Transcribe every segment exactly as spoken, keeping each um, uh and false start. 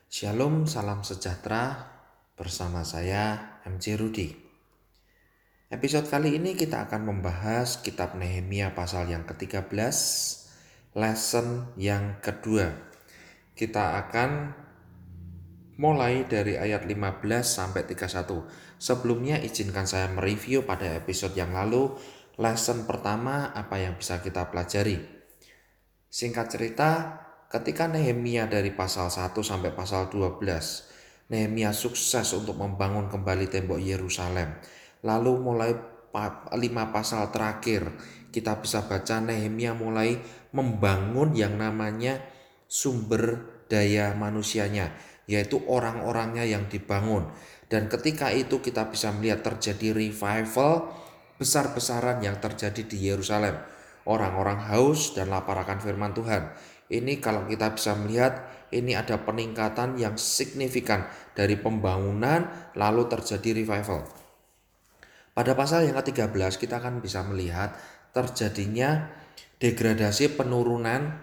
Shalom, salam sejahtera bersama saya M C Rudi. Episode kali ini kita akan membahas kitab Nehemia pasal yang ketiga belas, lesson yang kedua. Kita akan mulai dari ayat lima belas sampai tiga puluh satu. Sebelumnya izinkan saya mereview pada episode yang lalu, lesson pertama apa yang bisa kita pelajari. Singkat cerita, ketika Nehemia dari pasal satu sampai pasal dua belas, Nehemia sukses untuk membangun kembali tembok Yerusalem. Lalu mulai lima pasal terakhir, kita bisa baca Nehemia mulai membangun yang namanya sumber daya manusianya, yaitu orang-orangnya yang dibangun. Dan ketika itu kita bisa melihat terjadi revival besar-besaran yang terjadi di Yerusalem. Orang-orang haus dan lapar akan firman Tuhan. Ini kalau kita bisa melihat, ini ada peningkatan yang signifikan dari pembangunan lalu terjadi revival. Pada pasal yang ketiga belas kita akan bisa melihat terjadinya degradasi penurunan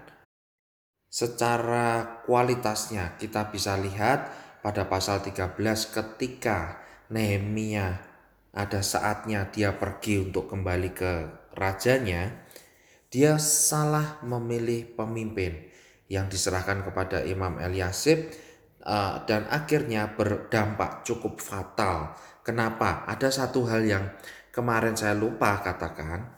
secara kualitasnya. Kita bisa lihat pada pasal tiga belas ketika Nehemia ada saatnya dia pergi untuk kembali ke rajanya, dia salah memilih pemimpin yang diserahkan kepada Imam Eliasib uh, dan akhirnya berdampak cukup fatal. Kenapa? Ada satu hal yang kemarin saya lupa katakan.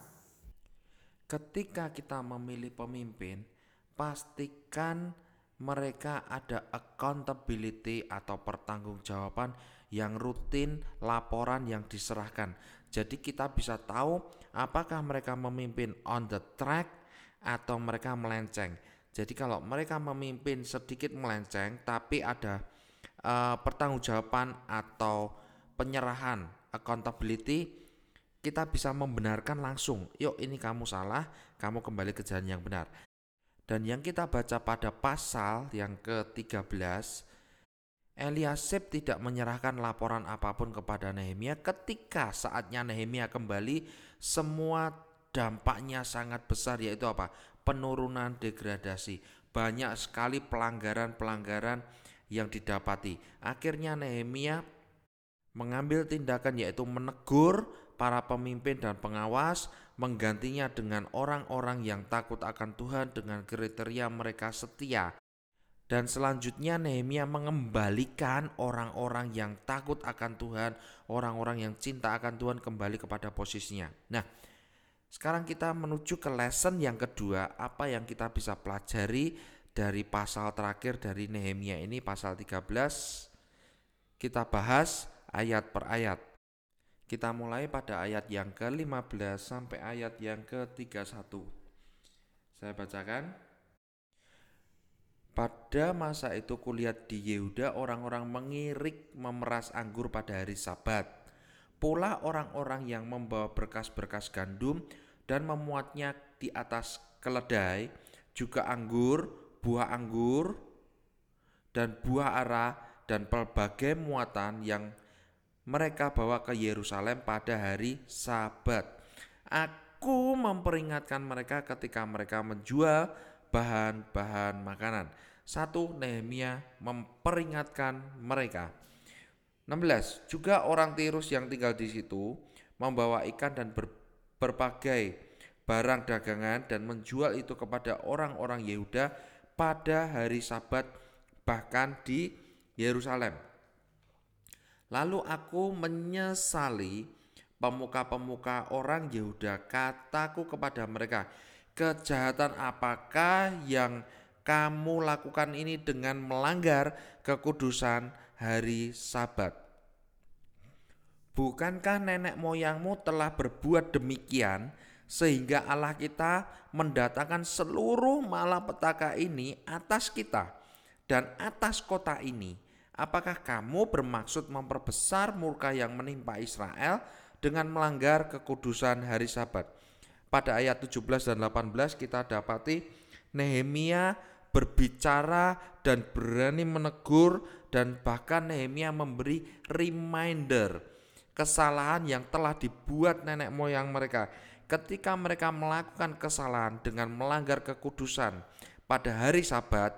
Ketika kita memilih pemimpin, pastikan mereka ada accountability atau pertanggungjawaban yang rutin, laporan yang diserahkan. Jadi kita bisa tahu apakah mereka memimpin on the track atau mereka melenceng. Jadi kalau mereka memimpin sedikit melenceng tapi ada uh, pertanggungjawaban atau penyerahan accountability, kita bisa membenarkan langsung. Yuk, ini kamu salah, kamu kembali ke jalan yang benar. Dan yang kita baca pada pasal yang ke tiga belas, Eliasib tidak menyerahkan laporan apapun kepada Nehemia. Ketika saatnya Nehemia kembali, semua dampaknya sangat besar, yaitu apa? Penurunan, degradasi. Banyak sekali pelanggaran-pelanggaran yang didapati. Akhirnya Nehemia mengambil tindakan, yaitu menegur para pemimpin dan pengawas, menggantinya dengan orang-orang yang takut akan Tuhan dengan kriteria mereka setia. Dan selanjutnya Nehemia mengembalikan orang-orang yang takut akan Tuhan, orang-orang yang cinta akan Tuhan kembali kepada posisinya. Nah, sekarang kita menuju ke lesson yang kedua, apa yang kita bisa pelajari dari pasal terakhir dari Nehemia ini, pasal tiga belas. Kita bahas ayat per ayat. Kita mulai pada ayat yang ke lima belas sampai ayat yang ke tiga puluh satu. Saya bacakan. Pada masa itu kulihat di Yehuda orang-orang mengirik memeras anggur pada hari Sabat. Pula orang-orang yang membawa berkas-berkas gandum dan memuatnya di atas keledai, juga anggur, buah anggur, dan buah ara, dan pelbagai muatan yang mereka bawa ke Yerusalem pada hari Sabat. Aku memperingatkan mereka ketika mereka menjual bahan-bahan makanan. Satu, Nehemia memperingatkan mereka. enam belas. Juga orang Tirus yang tinggal di situ membawa ikan dan ber, berbagai barang dagangan dan menjual itu kepada orang-orang Yehuda pada hari Sabat, bahkan di Yerusalem. Lalu aku menyesali pemuka-pemuka orang Yehuda. Kataku kepada mereka, kejahatan apakah yang kamu lakukan ini dengan melanggar kekudusan hari Sabat? Bukankah nenek moyangmu telah berbuat demikian sehingga Allah kita mendatangkan seluruh malapetaka ini atas kita dan atas kota ini? Apakah kamu bermaksud memperbesar murka yang menimpa Israel dengan melanggar kekudusan hari Sabat? Pada ayat tujuh belas dan delapan belas kita dapati Nehemia berbicara dan berani menegur, dan bahkan Nehemia memberi reminder kesalahan yang telah dibuat nenek moyang mereka. Ketika mereka melakukan kesalahan dengan melanggar kekudusan pada hari Sabat,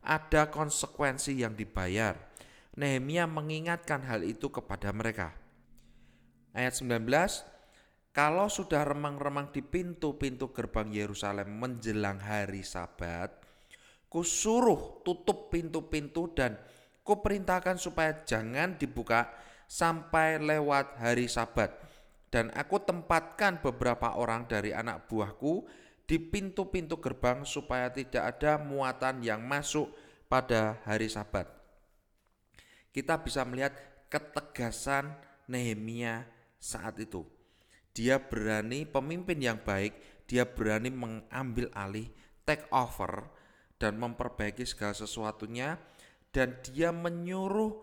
ada konsekuensi yang dibayar. Nehemia mengingatkan hal itu kepada mereka. Ayat sembilan belas, kalau sudah remang-remang di pintu-pintu gerbang Yerusalem menjelang hari Sabat, kusuruh tutup pintu-pintu dan kuperintahkan supaya jangan dibuka sampai lewat hari Sabat. Dan aku tempatkan beberapa orang dari anak buahku di pintu-pintu gerbang supaya tidak ada muatan yang masuk pada hari Sabat. Kita bisa melihat ketegasan Nehemia saat itu. Dia berani, pemimpin yang baik, dia berani mengambil alih, take over, dan memperbaiki segala sesuatunya. Dan dia menyuruh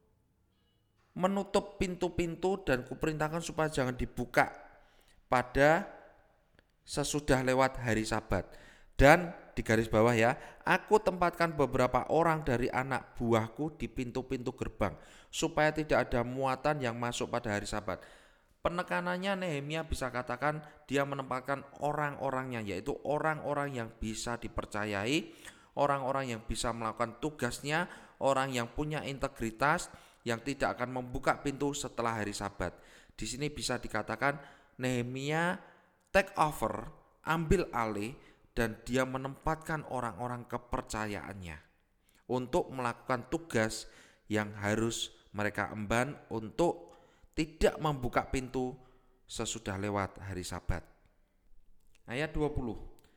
menutup pintu-pintu dan kuperintahkan supaya jangan dibuka pada sesudah lewat hari Sabat. Dan di garis bawah ya, aku tempatkan beberapa orang dari anak buahku di pintu-pintu gerbang supaya tidak ada muatan yang masuk pada hari Sabat. Penekanannya Nehemia bisa katakan dia menempatkan orang-orangnya, yaitu orang-orang yang bisa dipercayai, orang-orang yang bisa melakukan tugasnya, orang yang punya integritas, yang tidak akan membuka pintu setelah hari Sabat. Di sini bisa dikatakan Nehemia take over, ambil alih, dan dia menempatkan orang-orang kepercayaannya untuk melakukan tugas yang harus mereka emban untuk tidak membuka pintu sesudah lewat hari Sabat. Ayat dua puluh.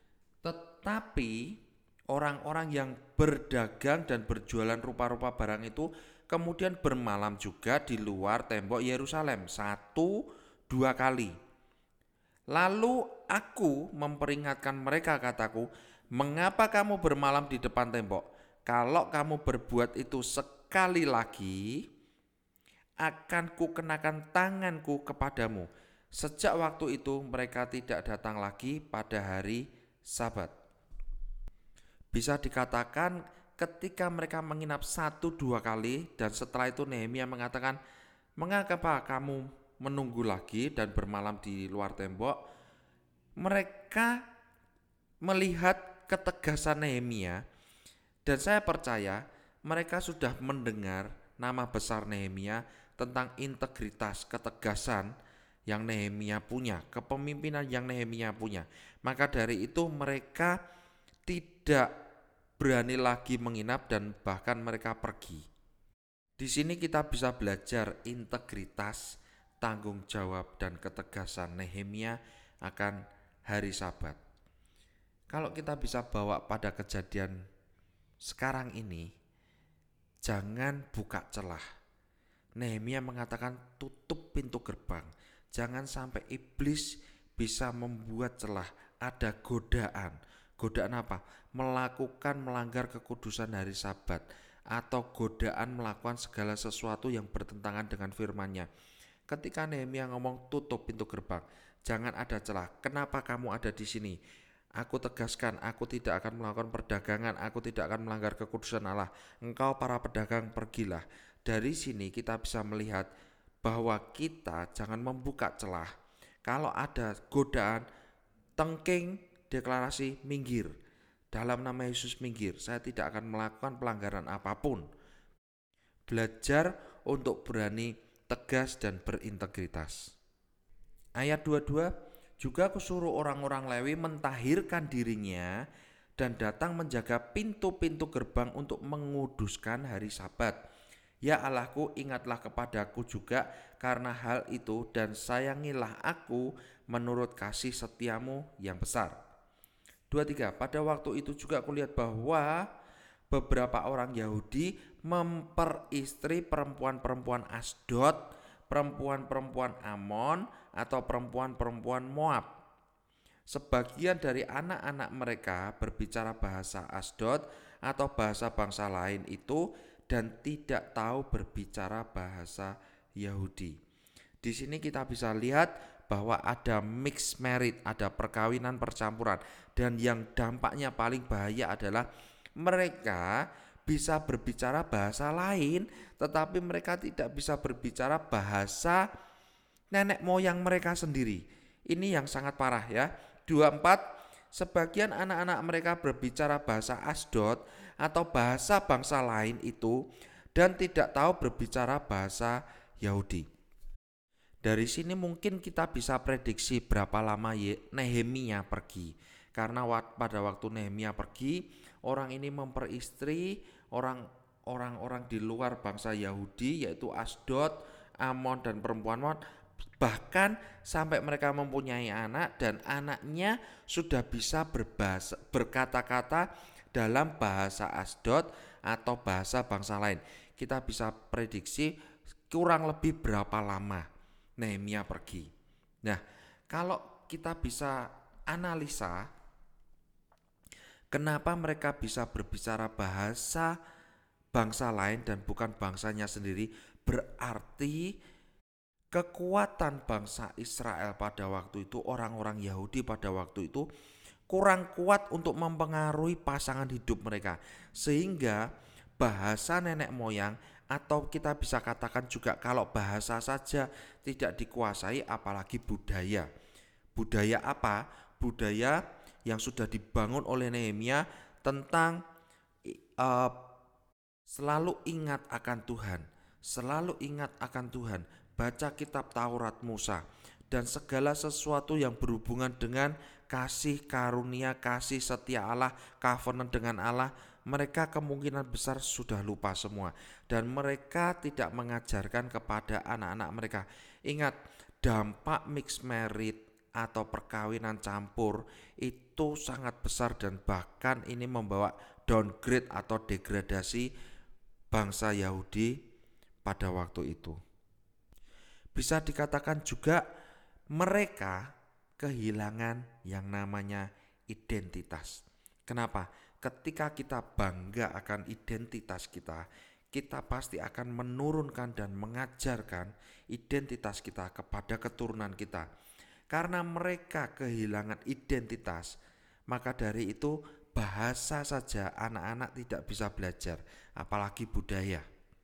Tetapi orang-orang yang berdagang dan berjualan rupa-rupa barang itu kemudian bermalam juga di luar tembok Yerusalem satu dua kali. Lalu aku memperingatkan mereka, kataku, mengapa kamu bermalam di depan tembok? Kalau kamu berbuat itu sekali lagi, akan kukenakan tanganku kepadamu. Sejak waktu itu mereka tidak datang lagi pada hari Sabat. Bisa dikatakan ketika mereka menginap satu dua kali dan setelah itu Nehemia mengatakan, mengapa kamu menunggu lagi dan bermalam di luar tembok? Mereka melihat ketegasan Nehemia dan saya percaya mereka sudah mendengar nama besar Nehemia tentang integritas, ketegasan yang Nehemia punya, kepemimpinan yang Nehemia punya. Maka dari itu mereka tidak berani lagi menginap dan bahkan mereka pergi. Di sini kita bisa belajar integritas, tanggung jawab dan ketegasan Nehemia akan hari Sabat. Kalau kita bisa bawa pada kejadian sekarang ini, jangan buka celah. Nehemia mengatakan tutup pintu gerbang. Jangan sampai iblis bisa membuat celah, ada godaan. Godaan apa? Melakukan melanggar kekudusan hari Sabat atau godaan melakukan segala sesuatu yang bertentangan dengan firman-Nya. Ketika Nehemia ngomong tutup pintu gerbang, jangan ada celah. Kenapa kamu ada di sini? Aku tegaskan, aku tidak akan melakukan perdagangan, aku tidak akan melanggar kekudusan Allah. Engkau para pedagang pergilah. Dari sini kita bisa melihat bahwa kita jangan membuka celah. Kalau ada godaan, tengking, deklarasi, minggir. Dalam nama Yesus minggir, saya tidak akan melakukan pelanggaran apapun. Belajar untuk berani tegas dan berintegritas. Ayat dua puluh dua, juga kusuruh orang-orang Lewi mentahirkan dirinya dan datang menjaga pintu-pintu gerbang untuk menguduskan hari Sabat. Ya Allahku, ingatlah kepadaku juga karena hal itu dan sayangilah aku menurut kasih setiamu yang besar. dua puluh tiga, pada waktu itu juga kulihat bahwa beberapa orang Yahudi memperistri perempuan-perempuan Asdod, perempuan-perempuan Amon, atau perempuan-perempuan Moab. Sebagian dari anak-anak mereka berbicara bahasa Asdod atau bahasa bangsa lain itu dan tidak tahu berbicara bahasa Yahudi. Di sini kita bisa lihat bahwa ada mixed marriage, ada perkawinan percampuran, dan yang dampaknya paling bahaya adalah mereka bisa berbicara bahasa lain tetapi mereka tidak bisa berbicara bahasa nenek moyang mereka sendiri. Ini yang sangat parah ya. dua puluh empat, sebagian anak-anak mereka berbicara bahasa Asdod atau bahasa bangsa lain itu dan tidak tahu berbicara bahasa Yahudi. Dari sini mungkin kita bisa prediksi berapa lama Nehemia pergi. Karena pada waktu Nehemia pergi, orang ini memperistri orang orang-orang di luar bangsa Yahudi, yaitu Asdod, Amon, dan perempuan Amon. Bahkan sampai mereka mempunyai anak dan anaknya sudah bisa berbahasa, berkata-kata dalam bahasa Asdod atau bahasa bangsa lain. Kita bisa prediksi kurang lebih berapa lama Nehemia pergi. Nah, kalau kita bisa analisa kenapa mereka bisa berbicara bahasa bangsa lain dan bukan bangsanya sendiri, berarti kekuatan bangsa Israel pada waktu itu, orang-orang Yahudi pada waktu itu kurang kuat untuk mempengaruhi pasangan hidup mereka, sehingga bahasa nenek moyang atau kita bisa katakan juga kalau bahasa saja tidak dikuasai, apalagi budaya. Budaya apa? Budaya yang sudah dibangun oleh Nehemia tentang uh, selalu ingat akan Tuhan, selalu ingat akan Tuhan, baca kitab Taurat Musa, dan segala sesuatu yang berhubungan dengan kasih karunia, kasih setia Allah, covenant dengan Allah, mereka kemungkinan besar sudah lupa semua. Dan mereka tidak mengajarkan kepada anak-anak mereka. Ingat, dampak mixed marriage atau perkawinan campur itu sangat besar dan bahkan ini membawa downgrade atau degradasi bangsa Yahudi pada waktu itu. Bisa dikatakan juga mereka kehilangan yang namanya identitas. Kenapa? Ketika kita bangga akan identitas kita, kita pasti akan menurunkan dan mengajarkan identitas kita kepada keturunan kita. Karena mereka kehilangan identitas, maka dari itu bahasa saja anak-anak tidak bisa belajar, apalagi budaya.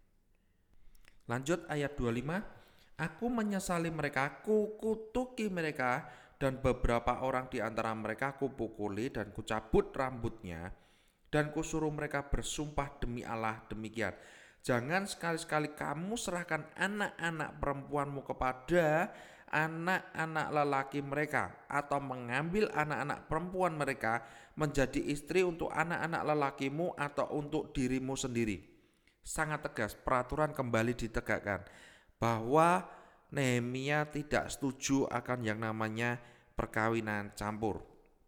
Lanjut ayat dua puluh lima. Aku menyesali mereka, kukutuki mereka, dan beberapa orang di antara mereka kupukuli dan kucabut rambutnya, dan kusuruh mereka bersumpah demi Allah demikian. Jangan sekali-sekali kamu serahkan anak-anak perempuanmu kepada anak-anak lelaki mereka, atau mengambil anak-anak perempuan mereka menjadi istri untuk anak-anak lelakimu atau untuk dirimu sendiri. Sangat tegas, peraturan kembali ditegakkan bahwa Nehemia tidak setuju akan yang namanya perkawinan campur.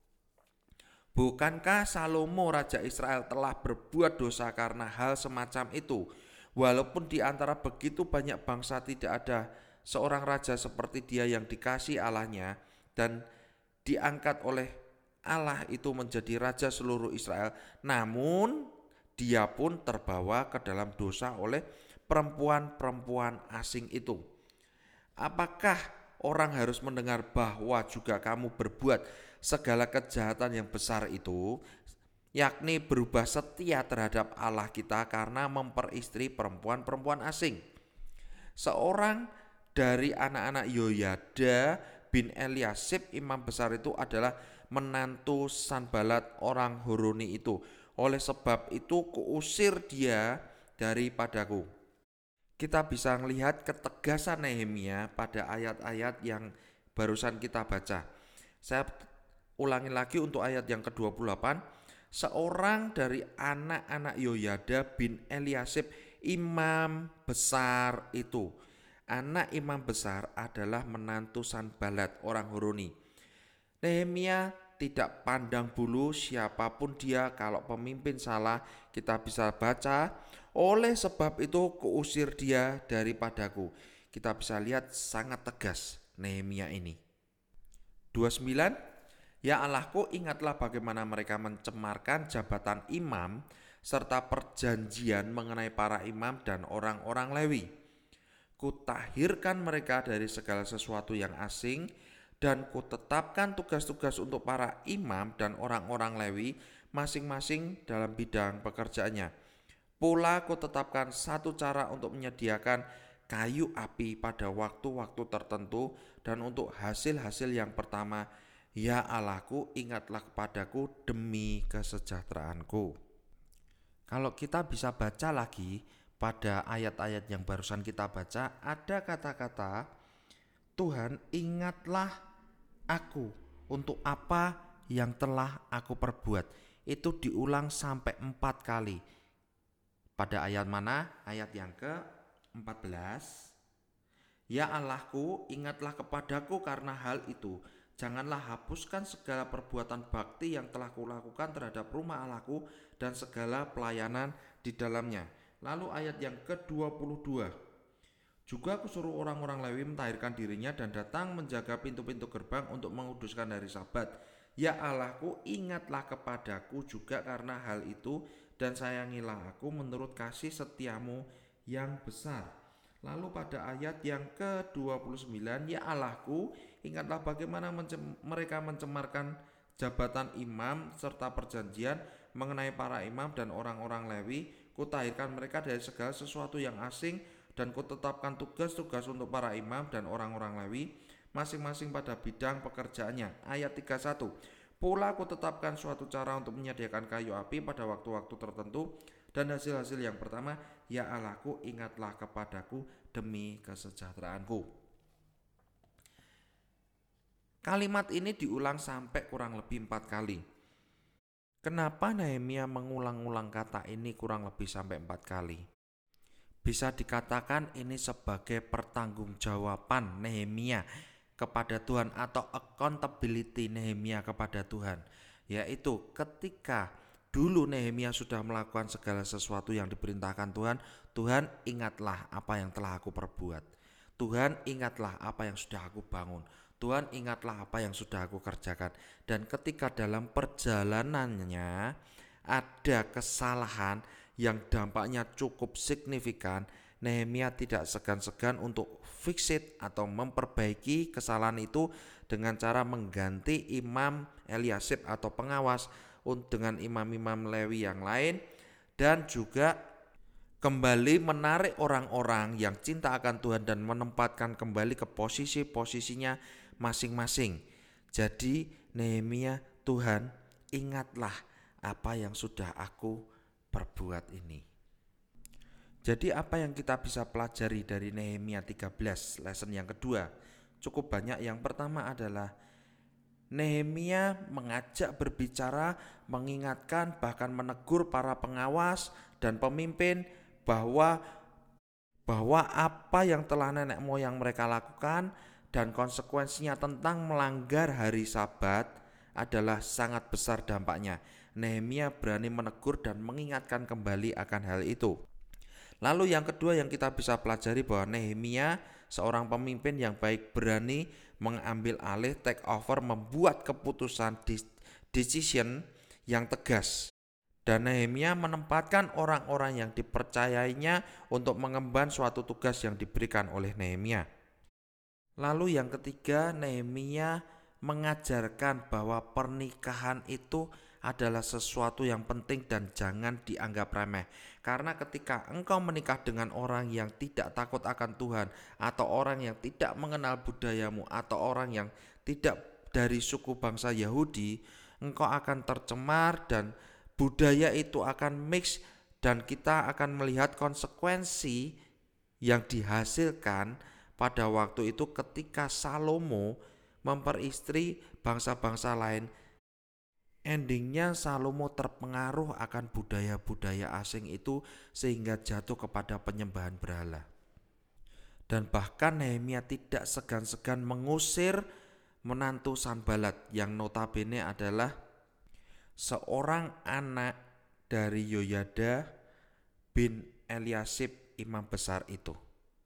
Bukankah Salomo Raja Israel telah berbuat dosa karena hal semacam itu? Walaupun di antara begitu banyak bangsa tidak ada seorang raja seperti dia yang dikasih Allahnya dan diangkat oleh Allah itu menjadi raja seluruh Israel, namun dia pun terbawa ke dalam dosa oleh perempuan-perempuan asing itu. Apakah orang harus mendengar bahwa juga kamu berbuat segala kejahatan yang besar itu, yakni berubah setia terhadap Allah kita karena memperistri perempuan-perempuan asing? Seorang dari anak-anak Yoyada bin Eliasib imam besar itu adalah menantu Sanbalat orang Horoni itu. Oleh sebab itu kuusir dia daripadaku. Kita bisa melihat ketegasan Nehemia pada ayat-ayat yang barusan kita baca. Saya ulangi lagi untuk ayat yang ke dua puluh delapan. Seorang dari anak-anak Yoyada bin Eliasib imam besar itu. Anak imam besar adalah menantu Sanbalat orang Horoni. Nehemia tidak pandang bulu siapapun dia, kalau pemimpin salah kita bisa baca, oleh sebab itu kuusir dia daripadaku. Kita bisa lihat sangat tegas Nehemia ini. dua puluh sembilan. Ya Allahku, ingatlah bagaimana mereka mencemarkan jabatan imam serta perjanjian mengenai para imam dan orang-orang Lewi. Kutahirkan mereka dari segala sesuatu yang asing dan kutetapkan tugas-tugas untuk para imam dan orang-orang Lewi masing-masing dalam bidang pekerjaannya. Pula kutetapkan satu cara untuk menyediakan kayu api pada waktu-waktu tertentu dan untuk hasil-hasil yang pertama Ya Allahku, ingatlah kepadaku demi kesejahteraanku. Kalau kita bisa baca lagi pada ayat-ayat yang barusan kita baca, ada kata-kata Tuhan ingatlah aku untuk apa yang telah aku perbuat. Itu diulang sampai empat kali. Pada ayat mana? Ayat yang ke empat belas. Ya Allahku, ingatlah kepadaku karena hal itu. Janganlah hapuskan segala perbuatan bakti yang telah kulakukan terhadap rumah Allahku dan segala pelayanan di dalamnya. Lalu ayat yang ke dua puluh dua. Juga aku suruh orang-orang Lewi mentahirkan dirinya dan datang menjaga pintu-pintu gerbang untuk menguduskan hari Sabat. Ya Allahku, ingatlah kepadaku juga karena hal itu dan sayangilah aku menurut kasih setiamu yang besar. Lalu pada ayat yang ke dua puluh sembilan, ya Allahku, ingatlah bagaimana mencem- mereka mencemarkan jabatan imam serta perjanjian mengenai para imam dan orang-orang Lewi. Kutahirkan mereka dari segala sesuatu yang asing dan kutetapkan tugas-tugas untuk para imam dan orang-orang Lewi masing-masing pada bidang pekerjaannya. Ayat tiga puluh satu. Pula kutetapkan suatu cara untuk menyediakan kayu api pada waktu-waktu tertentu dan hasil-hasil yang pertama, ya Allahku, ingatlah kepadaku demi kesejahteraanku. Kalimat ini diulang sampai kurang lebih empat kali. Kenapa Nehemia mengulang-ulang kata ini kurang lebih sampai empat kali? Bisa dikatakan ini sebagai pertanggungjawaban Nehemia kepada Tuhan atau accountability Nehemia kepada Tuhan, yaitu ketika dulu Nehemia sudah melakukan segala sesuatu yang diperintahkan Tuhan, Tuhan ingatlah apa yang telah aku perbuat. Tuhan ingatlah apa yang sudah aku bangun. Tuhan ingatlah apa yang sudah aku kerjakan. Dan ketika dalam perjalanannya ada kesalahan yang dampaknya cukup signifikan, Nehemia tidak segan-segan untuk fix it atau memperbaiki kesalahan itu dengan cara mengganti imam Eliasib atau pengawas dengan imam-imam Lewi yang lain, dan juga kembali menarik orang-orang yang cinta akan Tuhan dan menempatkan kembali ke posisi-posisinya masing-masing. Jadi Nehemia, Tuhan ingatlah apa yang sudah aku perbuat ini. Jadi apa yang kita bisa pelajari dari Nehemia tiga belas, lesson yang kedua? Cukup banyak. Yang pertama adalah Nehemia mengajak berbicara, mengingatkan, bahkan menegur para pengawas dan pemimpin bahwa bahwa apa yang telah nenek moyang mereka lakukan dan konsekuensinya tentang melanggar hari Sabat adalah sangat besar dampaknya. Nehemia berani menegur dan mengingatkan kembali akan hal itu. Lalu yang kedua yang kita bisa pelajari bahwa Nehemia seorang pemimpin yang baik, berani mengambil alih, take over, membuat keputusan decision yang tegas. Dan Nehemia menempatkan orang-orang yang dipercayainya untuk mengemban suatu tugas yang diberikan oleh Nehemia. Lalu yang ketiga, Nehemia mengajarkan bahwa pernikahan itu adalah sesuatu yang penting dan jangan dianggap remeh. Karena ketika engkau menikah dengan orang yang tidak takut akan Tuhan, atau orang yang tidak mengenal budayamu, atau orang yang tidak dari suku bangsa Yahudi, engkau akan tercemar dan budaya itu akan mix, dan kita akan melihat konsekuensi yang dihasilkan pada waktu itu ketika Salomo memperistri bangsa-bangsa lain. Endingnya Salomo terpengaruh akan budaya-budaya asing itu sehingga jatuh kepada penyembahan berhala. Dan bahkan Nehemia tidak segan-segan mengusir menantu Sanbalat yang notabene adalah seorang anak dari Yoyada bin Eliasib, imam besar itu.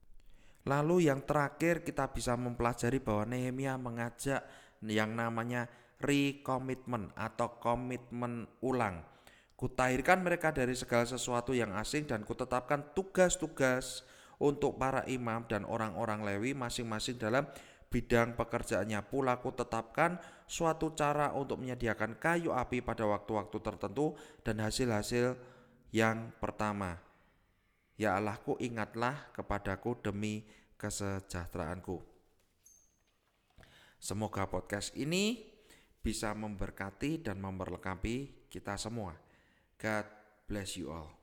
Lalu yang terakhir kita bisa mempelajari bahwa Nehemia mengajak yang namanya recommitment atau komitmen ulang. Kutahirkan mereka dari segala sesuatu yang asing dan kutetapkan tugas-tugas untuk para imam dan orang-orang Lewi masing-masing dalam bidang pekerjaannya. Pula kutetapkan suatu cara untuk menyediakan kayu api pada waktu-waktu tertentu dan hasil-hasil yang pertama. Ya Allahku, ingatlah kepadaku demi kesejahteraanku. Semoga podcast ini bisa memberkati dan memberlengkapi kita semua. God bless you all.